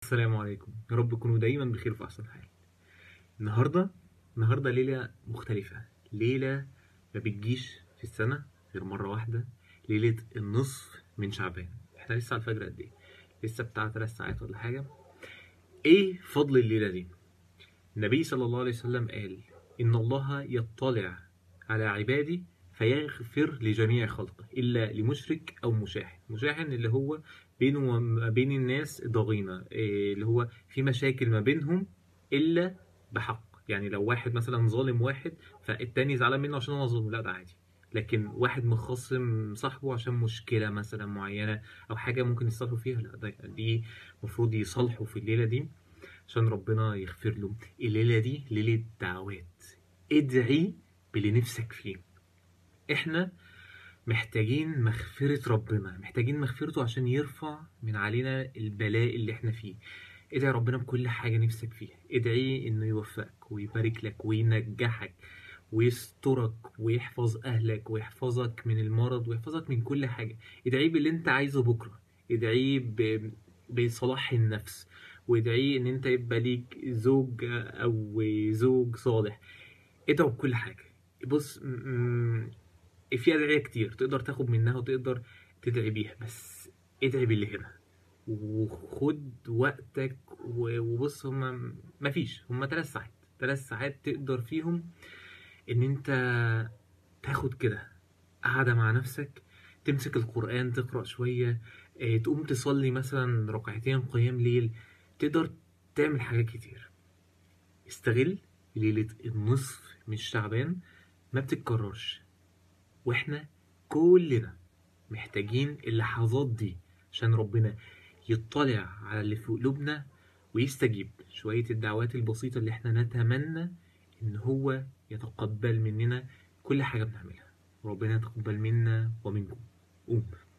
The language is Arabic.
السلام عليكم، يا رب تكونوا دايما بخير وفي احسن حال. النهارده ليله مختلفه، ليله ما بتجيش في السنه غير مره واحده. ليله النصف من شعبان. احنا لسه على الفجر قد ايه؟ لسه بتاع 3 ساعات ولا حاجه. ايه فضل الليله دي؟ النبي صلى الله عليه وسلم قال ان الله يطلع على عباده فيغفر لجميع خلقه الا لمشرك او مشاحن. مشاحن اللي هو بينه وما بين الناس ضغينه، اللي هو في مشاكل ما بينهم الا بحق. يعني لو واحد مثلا ظالم واحد فالتاني زعلان منه عشان هو ظلم، لا ده عادي. لكن واحد مخصم صاحبه عشان مشكله مثلا معينه او حاجه ممكن يصالحوا فيها، لا دي المفروض يصالحوا في الليله دي عشان ربنا يغفر له. الليلة دي ليلة دعوات. ادعي باللي نفسك فيه. احنا محتاجين مغفرة ربنا، محتاجين مغفرته عشان يرفع من علينا البلاء اللي احنا فيه. ادعي ربنا بكل حاجة نفسك فيها. ادعي انه يوفقك ويبارك لك وينجحك ويسترك ويحفظ اهلك ويحفظك من المرض ويحفظك من كل حاجة. ادعي باللي انت عايزه بكرة. ادعي بصلاح النفس، وادعي ان انت يبقى ليك زوج او زوج صالح. ادعوا بكل حاجة. بص، في أدعية كتير تقدر تاخد منها وتقدر تدعي بيها، بس ادعي باللي هنا وخد وقتك. وبص، هما 3 ساعات. 3 ساعات تقدر فيهم ان انت تاخد كده قاعدة مع نفسك، تمسك القرآن تقرأ شوية، تقوم تصلي مثلا ركعتين قيام ليل. تقدر تعمل حاجات كتير. استغل ليلة النصف من شعبان، ما بتتكررش. واحنا كلنا محتاجين اللحظات دي عشان ربنا يطلع على اللي في قلوبنا ويستجيب شوية الدعوات البسيطة اللي احنا نتمنى ان هو يتقبل مننا كل حاجة بنعملها. ربنا يتقبل منا ومنكم. قوم.